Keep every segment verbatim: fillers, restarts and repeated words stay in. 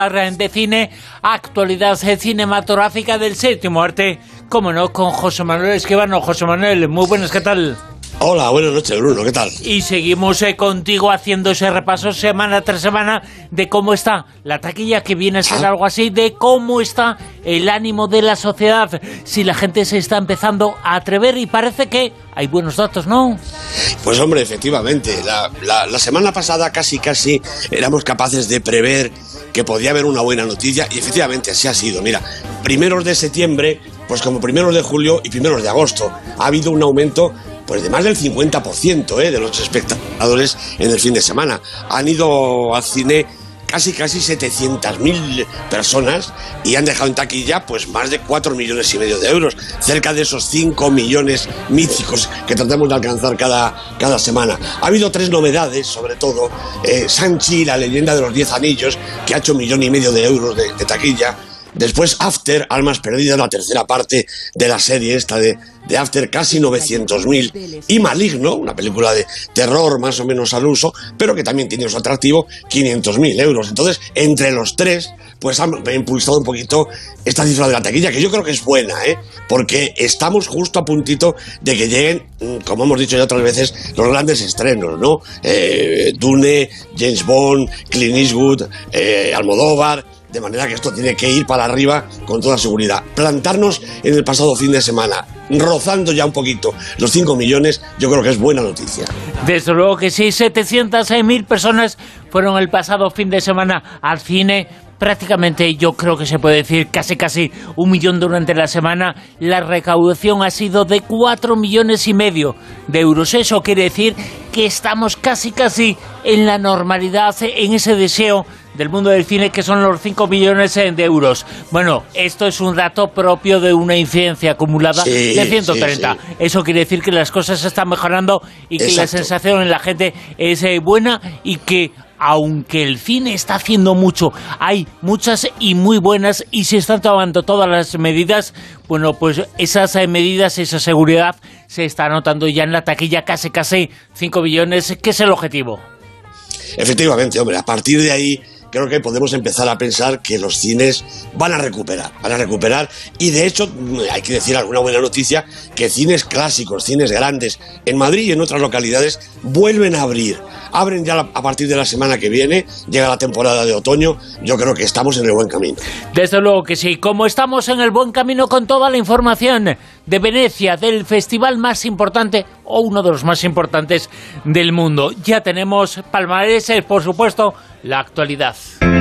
de cine, actualidad cinematográfica del séptimo arte, como no, con José Manuel Esquivano. José Manuel, muy buenas, ¿qué tal? Hola, buenas noches, Bruno, ¿qué tal? Y seguimos eh, contigo haciendo ese repaso semana tras semana de cómo está la taquilla, que viene a ser algo así, de cómo está el ánimo de la sociedad, si la gente se está empezando a atrever, y parece que hay buenos datos, ¿no? Pues hombre, efectivamente, la, la, la semana pasada casi casi éramos capaces de prever que podía haber una buena noticia, y efectivamente así ha sido. Mira, primeros de septiembre, pues como primeros de julio y primeros de agosto, ha habido un aumento pues de más del cincuenta por ciento eh, de los espectadores en el fin de semana. Han ido al cine casi casi setecientas mil personas y han dejado en taquilla pues más de cuatro millones y medio de euros, cerca de esos cinco millones míticos que tratamos de alcanzar cada, cada semana. Ha habido tres novedades, sobre todo eh, Shang-Chi, la leyenda de los diez anillos, que ha hecho un millón y medio de euros de, de taquilla. Después After, Almas Perdidas, la tercera parte de la serie esta de, de After, casi novecientos mil. Y Maligno, una película de terror más o menos al uso, pero que también tiene su atractivo, quinientos mil euros. Entonces, entre los tres, pues han impulsado un poquito esta cifra de la taquilla, que yo creo que es buena, ¿eh? Porque estamos justo a puntito de que lleguen, como hemos dicho ya otras veces, los grandes estrenos, ¿no? Eh, Dune, James Bond, Clint Eastwood, eh, Almodóvar. De manera que esto tiene que ir para arriba con toda seguridad. Plantarnos en el pasado fin de semana, rozando ya un poquito los cinco millones, yo creo que es buena noticia. Desde luego que sí, setecientas mil personas fueron el pasado fin de semana al cine. Prácticamente yo creo que se puede decir casi casi un millón durante la semana. La recaudación ha sido de cuatro millones y medio de euros. Eso quiere decir que estamos casi casi en la normalidad, en ese deseo del mundo del cine, que son los cinco millones de euros. Bueno, esto es un dato propio de una incidencia acumulada sí, de ciento treinta. Sí, sí. Eso quiere decir que las cosas están mejorando y que Exacto. La sensación en la gente es eh, buena, y que aunque el cine está haciendo mucho, hay muchas y muy buenas, y se están tomando todas las medidas. Bueno, pues esas medidas, esa seguridad se está notando ya en la taquilla, casi casi cinco millones, que es el objetivo. Efectivamente, hombre, a partir de ahí creo que podemos empezar a pensar que los cines van a recuperar, van a recuperar, y de hecho hay que decir alguna buena noticia, que cines clásicos, cines grandes, en Madrid y en otras localidades, vuelven a abrir. Abren ya a partir de la semana que viene, llega la temporada de otoño, yo creo que estamos en el buen camino. Desde luego que sí, como estamos en el buen camino con toda la información de Venecia, del festival más importante, o uno de los más importantes del mundo. Ya tenemos palmareses, por supuesto, la actualidad.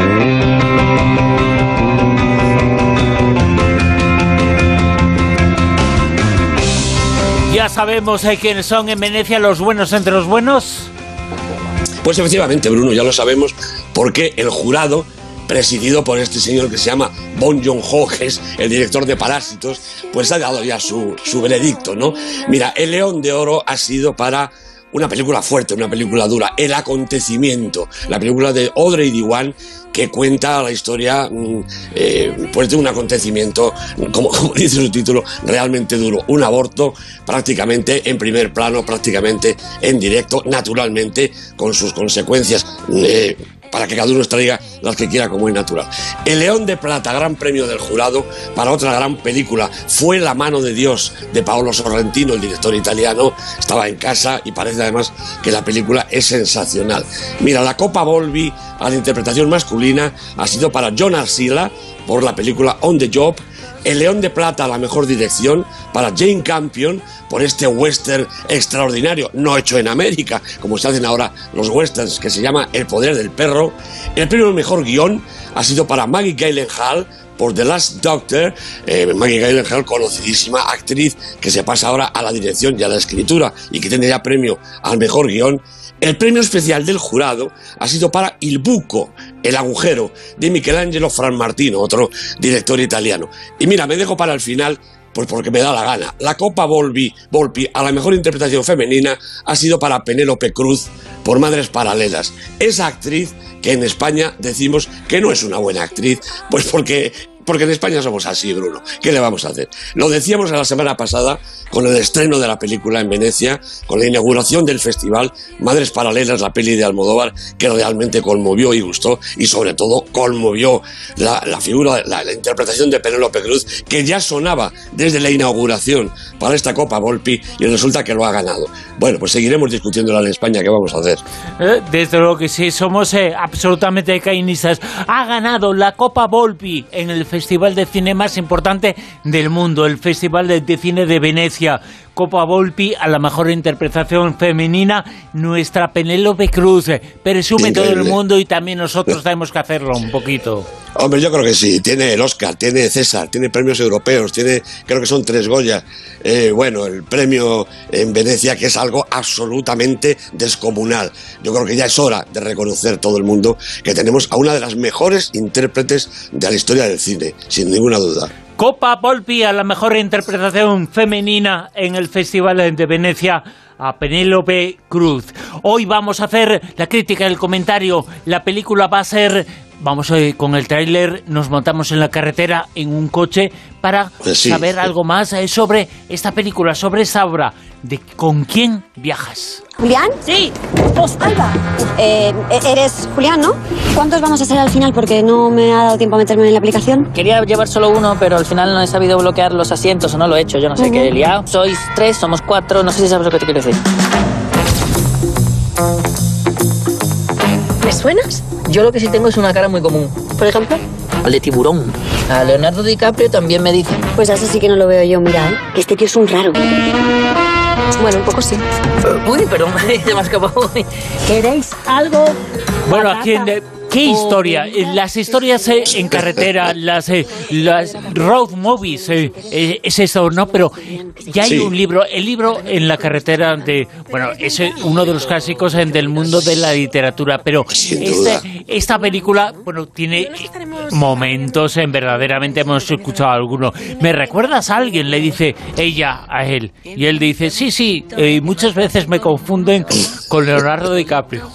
Ya sabemos eh, quiénes son en Venecia los buenos entre los buenos. Pues efectivamente, Bruno, ya lo sabemos, porque el jurado, presidido por este señor que se llama Bong Joon-ho, que es el director de Parásitos, pues ha dado ya su, su veredicto, ¿no? Mira, el León de Oro ha sido para una película fuerte, una película dura, El Acontecimiento, la película de Audrey Diwan, que cuenta la historia eh, pues de un acontecimiento, como, como dice su título, realmente duro. Un aborto prácticamente en primer plano, prácticamente en directo, naturalmente, con sus consecuencias, eh, para que cada uno extraiga las que quiera como es natural. El León de Plata, gran premio del jurado para otra gran película, fue La mano de Dios, de Paolo Sorrentino, el director italiano. Estaba en casa y parece además que la película es sensacional. Mira, la Copa Volpi a la interpretación masculina ha sido para John Arcila por la película On the Job. El León de Plata a la mejor dirección para Jane Campion por este western extraordinario, no hecho en América, como se hacen ahora los westerns, que se llama El poder del perro. El premio al mejor guión ha sido para Maggie Gyllenhaal por The Last Doctor. eh, Maggie Gyllenhaal, conocidísima actriz, que se pasa ahora a la dirección y a la escritura, y que tiene ya premio al mejor guión. El premio especial del jurado ha sido para Il Buco, El agujero, de Michelangelo Franmartino, otro director italiano. Y mira, me dejo para el final, pues porque me da la gana. La Copa Volpi, Volpi a la mejor interpretación femenina ha sido para Penélope Cruz por Madres Paralelas. Esa actriz que en España decimos que no es una buena actriz, pues porque porque en España somos así, Bruno. ¿Qué le vamos a hacer? Lo decíamos la semana pasada con el estreno de la película en Venecia, con la inauguración del festival Madres Paralelas, la peli de Almodóvar, que realmente conmovió y gustó, y sobre todo conmovió la, la figura, la, la interpretación de Penélope Cruz, que ya sonaba desde la inauguración para esta Copa Volpi, y resulta que lo ha ganado. Bueno, pues seguiremos discutiéndola en España, ¿qué vamos a hacer? Eh, desde luego que sí, somos eh, absolutamente cainistas. Ha ganado la Copa Volpi en el festival de cine más importante del mundo, el Festival de, de Cine de Venecia. Copa Volpi a la mejor interpretación femenina, nuestra Penélope Cruz. Presume Increíble. Todo el mundo, y también nosotros tenemos que hacerlo un poquito. Hombre, yo creo que sí. Tiene el Oscar, tiene César, tiene premios europeos, tiene, creo que son tres Goya. Eh, bueno, el premio en Venecia, que es algo absolutamente descomunal. Yo creo que ya es hora de reconocer todo el mundo que tenemos a una de las mejores intérpretes de la historia del cine, sin ninguna duda. Copa Volpi a la mejor interpretación femenina en el Festival de Venecia, a Penélope Cruz. Hoy vamos a hacer la crítica, el comentario. La película va a ser... Vamos hoy con el tráiler, nos montamos en la carretera en un coche para pues sí, saber sí. algo más sobre esta película, sobre esta obra. De ¿con quién viajas? ¿Julián? Sí. Alba. Eh, eres Julián, ¿no? ¿Cuántos vamos a ser al final? Porque no me ha dado tiempo a meterme en la aplicación. Quería llevar solo uno, pero al final no he sabido bloquear los asientos o no lo he hecho. Yo no sé uh-huh. qué he liado. Sois tres, somos cuatro, no sé si sabes lo que te quiero decir. ¿Me suenas? Yo lo que sí tengo es una cara muy común. ¿Por ejemplo? Al de Tiburón. A Leonardo DiCaprio también me dicen. Pues eso sí que no lo veo yo, mira, ¿eh? Que este tío es un raro. Bueno, un poco sí. Uy, perdón, se me ha escapado. ¿Queréis algo? Bueno, aquí en... ¿Qué historia? Las historias eh, en carretera, las, eh, las road movies, eh, eh, es eso, ¿no? Pero ya hay sí. un libro, el libro en la carretera de... Bueno, es uno de los clásicos en, del mundo de la literatura, pero este, esta película, bueno, tiene momentos en verdaderamente hemos escuchado alguno. ¿Me recuerdas a alguien? Le dice ella a él. Y él dice, sí, sí, eh, muchas veces me confunden con Leonardo DiCaprio.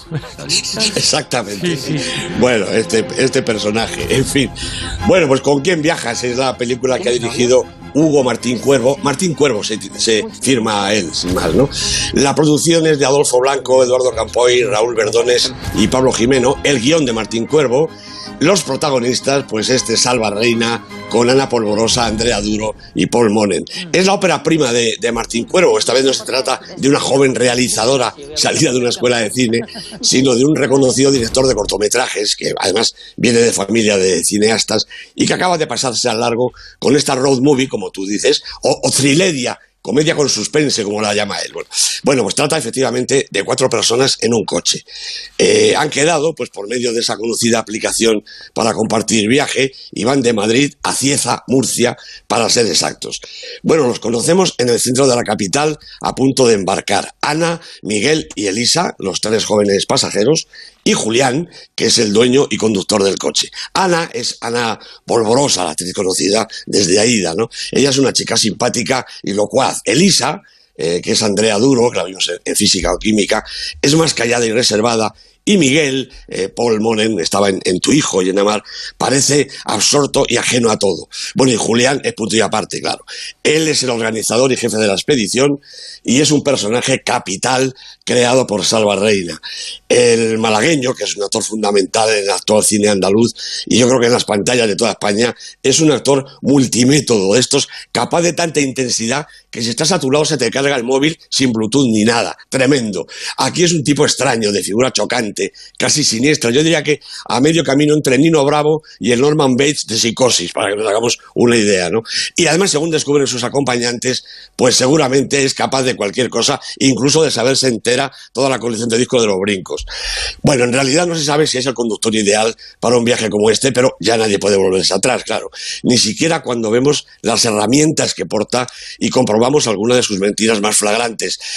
Exactamente. Sí, sí. Bueno, este, este personaje, en fin. Bueno, pues ¿con quién viajas? Es la película que ha dirigido Hugo Martín Cuervo. Martín Cuervo se, se firma a él, sin más, ¿no? La producción es de Adolfo Blanco, Eduardo Campoy, Raúl Verdones y Pablo Jimeno. El guión de Martín Cuervo. Los protagonistas, pues este Salva Reina, con Ana Polvorosa, Andrea Duro y Paul Monen. Es la ópera prima de, de Martín Cuervo. Esta vez no se trata de una joven realizadora salida de una escuela de cine, sino de un reconocido director de cortometrajes, que además viene de familia de cineastas y que acaba de pasarse al largo con esta road movie, como tú dices, o, o triledia, comedia con suspense, como la llama él. Bueno, bueno, pues trata efectivamente de cuatro personas en un coche. Eh, han quedado, pues por medio de esa conocida aplicación para compartir viaje, y van de Madrid a Cieza, Murcia, para ser exactos. Bueno, los conocemos en el centro de la capital, a punto de embarcar. Ana, Miguel y Elisa, los tres jóvenes pasajeros, y Julián, que es el dueño y conductor del coche. Ana es Ana Polvorosa, la actriz conocida desde Aída, ¿no? Ella es una chica simpática y locuaz. Elisa, eh, que es Andrea Duro, que la vimos en, en Física o Química, es más callada y reservada. Y Miguel, eh, Paul Monen, estaba en, en Tu hijo y en Amar, parece absorto y ajeno a todo. Bueno, y Julián es punto y aparte, claro. Él es el organizador y jefe de la expedición y es un personaje capital creado por Salva Reina. El malagueño, que es un actor fundamental en el actual cine andaluz y yo creo que en las pantallas de toda España, es un actor multimétodo de estos, capaz de tanta intensidad que si estás a tu lado se te carga el móvil sin Bluetooth ni nada. Tremendo. Aquí es un tipo extraño, de figura chocante, casi siniestra. Yo diría que a medio camino entre Nino Bravo y el Norman Bates de Psicosis, para que nos hagamos una idea, ¿no? Y además, según descubren sus acompañantes, pues seguramente es capaz de cualquier cosa, incluso de saberse entera toda la colección de discos de Los Brincos. Bueno, en realidad no se sabe si es el conductor ideal para un viaje como este, pero ya nadie puede volverse atrás, claro. Ni siquiera cuando vemos las herramientas que porta y comprobamos algunas de sus mentiras más flagrantes.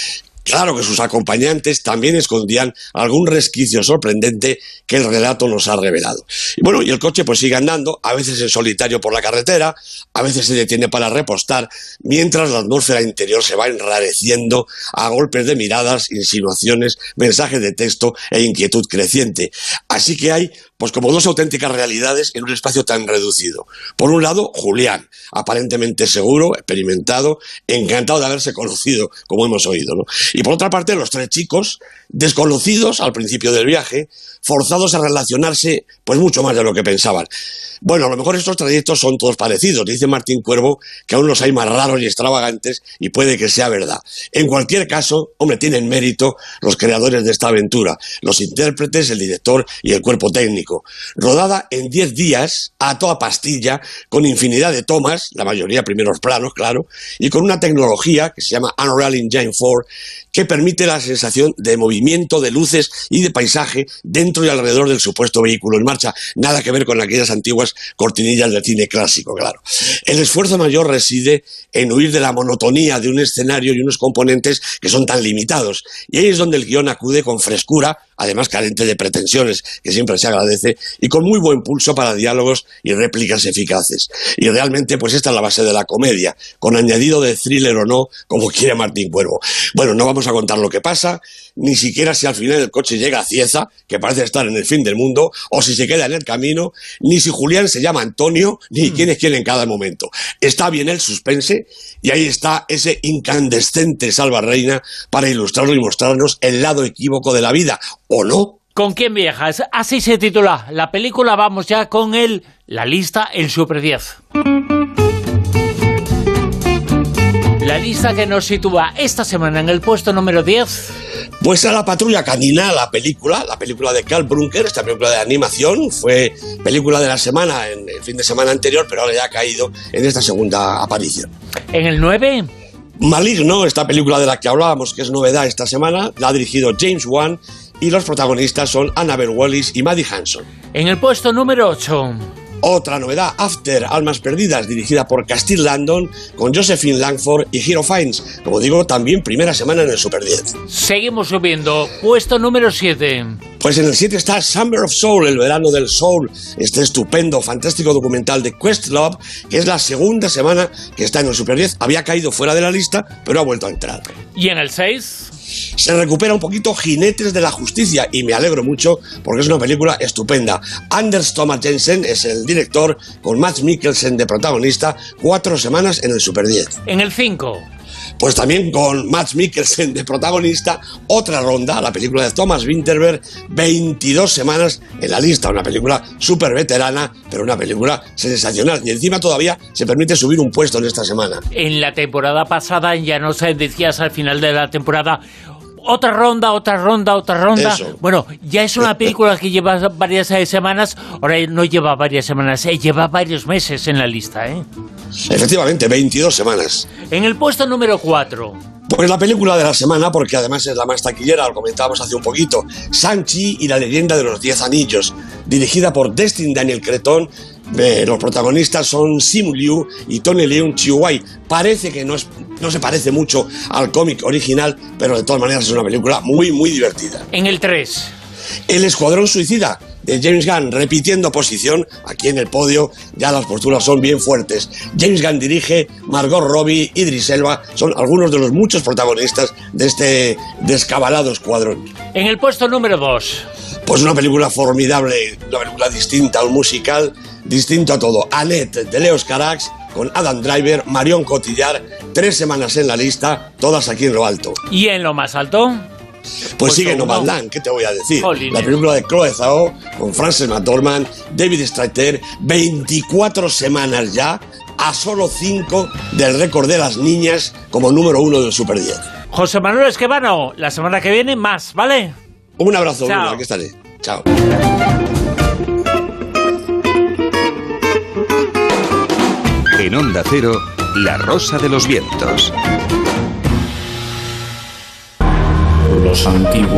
Claro que sus acompañantes también escondían algún resquicio sorprendente que el relato nos ha revelado. Y bueno, y el coche pues sigue andando, a veces en solitario por la carretera, a veces se detiene para repostar, mientras la atmósfera interior se va enrareciendo a golpes de miradas, insinuaciones, mensajes de texto e inquietud creciente. Así que hay pues como dos auténticas realidades en un espacio tan reducido. Por un lado, Julián, aparentemente seguro, experimentado, encantado de haberse conocido, como hemos oído, ¿no? Y por otra parte, los tres chicos, desconocidos al principio del viaje, forzados a relacionarse pues mucho más de lo que pensaban. Bueno, a lo mejor estos trayectos son todos parecidos. Dice Martín Cuervo que aún los hay más raros y extravagantes y puede que sea verdad. En cualquier caso, hombre, tienen mérito los creadores de esta aventura, los intérpretes, el director y el cuerpo técnico. Rodada en diez días, a toda pastilla, con infinidad de tomas, la mayoría primeros planos, claro, y con una tecnología que se llama Unreal Engine cuatro, que permite la sensación de movimiento, de luces y de paisaje dentro y alrededor del supuesto vehículo en marcha. Nada que ver con aquellas antiguas cortinillas del cine clásico, claro. El esfuerzo mayor reside en huir de la monotonía de un escenario y unos componentes que son tan limitados. Y ahí es donde el guión acude con frescura, además carente de pretensiones, que siempre se agradece, y con muy buen pulso para diálogos y réplicas eficaces. Y realmente, pues esta es la base de la comedia, con añadido de thriller o no, como quiere Martín Cuervo. Bueno, no vamos a contar lo que pasa, ni siquiera si al final el coche llega a Cieza, que parece estar en el fin del mundo, o si se queda en el camino, ni si Julián se llama Antonio, ni mm. quién es quién en cada momento. Está bien el suspense, y ahí está ese incandescente Salvarreina para ilustrarlo y mostrarnos el lado equívoco de la vida, ¿o no? ¿Con quién viajas? Así se titula la película. Vamos ya con el La Lista, el Super diez. La lista que nos sitúa esta semana en el puesto número diez. Pues a La Patrulla Canina, la película, la película de Carl Brunker, esta película de animación, fue película de la semana, en el fin de semana anterior, pero ahora ya ha caído en esta segunda aparición. En el nueve... Maligno, esta película de la que hablábamos, que es novedad esta semana, la ha dirigido James Wan y los protagonistas son Annabelle Wallis y Maddie Hanson. En el puesto número ocho... Otra novedad, After, Almas Perdidas, dirigida por Castile Landon, con Josephine Langford y Hero Fiennes. Como digo, también primera semana en el Super diez. Seguimos subiendo, puesto número siete. Pues en el siete está Summer of Soul, el verano del soul, este estupendo, fantástico documental de Questlove, que es la segunda semana que está en el Super diez. Había caído fuera de la lista, pero ha vuelto a entrar. ¿Y en el seis? Se recupera un poquito Jinetes de la Justicia, y me alegro mucho porque es una película estupenda. Anders Thomas Jensen es el director, con Mads Mikkelsen de protagonista, cuatro semanas en el Super diez. En el cinco... Pues también con Mads Mikkelsen de protagonista, otra ronda, la película de Thomas Vinterberg, veintidós semanas en la lista, una película súper veterana, pero una película sensacional, y encima todavía se permite subir un puesto en esta semana. En la temporada pasada ya nos decías al final de la temporada... Otra ronda, otra ronda, otra ronda. Eso. Bueno, ya es una película que lleva varias eh, semanas, ahora no lleva varias semanas, eh, lleva varios meses en la lista, ¿eh? Efectivamente, veintidós semanas. En el puesto número cuatro... Pues la película de la semana, porque además es la más taquillera, lo comentábamos hace un poquito, Shang-Chi y la leyenda de los Diez Anillos, dirigida por Destin Daniel Cretton. Eh, los protagonistas son Simu Liu y Tony Leung Chiu-Wai. Parece que no, es, no se parece mucho al cómic original, pero de todas maneras es una película muy, muy divertida. En el tres... El Escuadrón Suicida, de James Gunn, repitiendo posición. Aquí en el podio ya las posturas son bien fuertes. James Gunn dirige, Margot Robbie, Idris Elba son algunos de los muchos protagonistas de este descabalado escuadrón. En el puesto número dos... Pues una película formidable, una película distinta, un musical distinto a todo. Annette, de Leos Carax, con Adam Driver, Marion Cotillard, tres semanas en la lista, todas aquí en lo alto. ¿Y en lo más alto? Pues, pues sigue Nomadland, ¿qué te voy a decir? Jolines. La película de Chloe Zhao, con Frances McDormand, David Strathairn, veinticuatro semanas ya, a solo cinco del récord de las niñas como número uno del Super diez. José Manuel Esquivano, la semana que viene más, ¿vale? Un abrazo, Chao. Bruno, aquí estaré. Chao. En Onda Cero, La Rosa de los Vientos. Los antiguos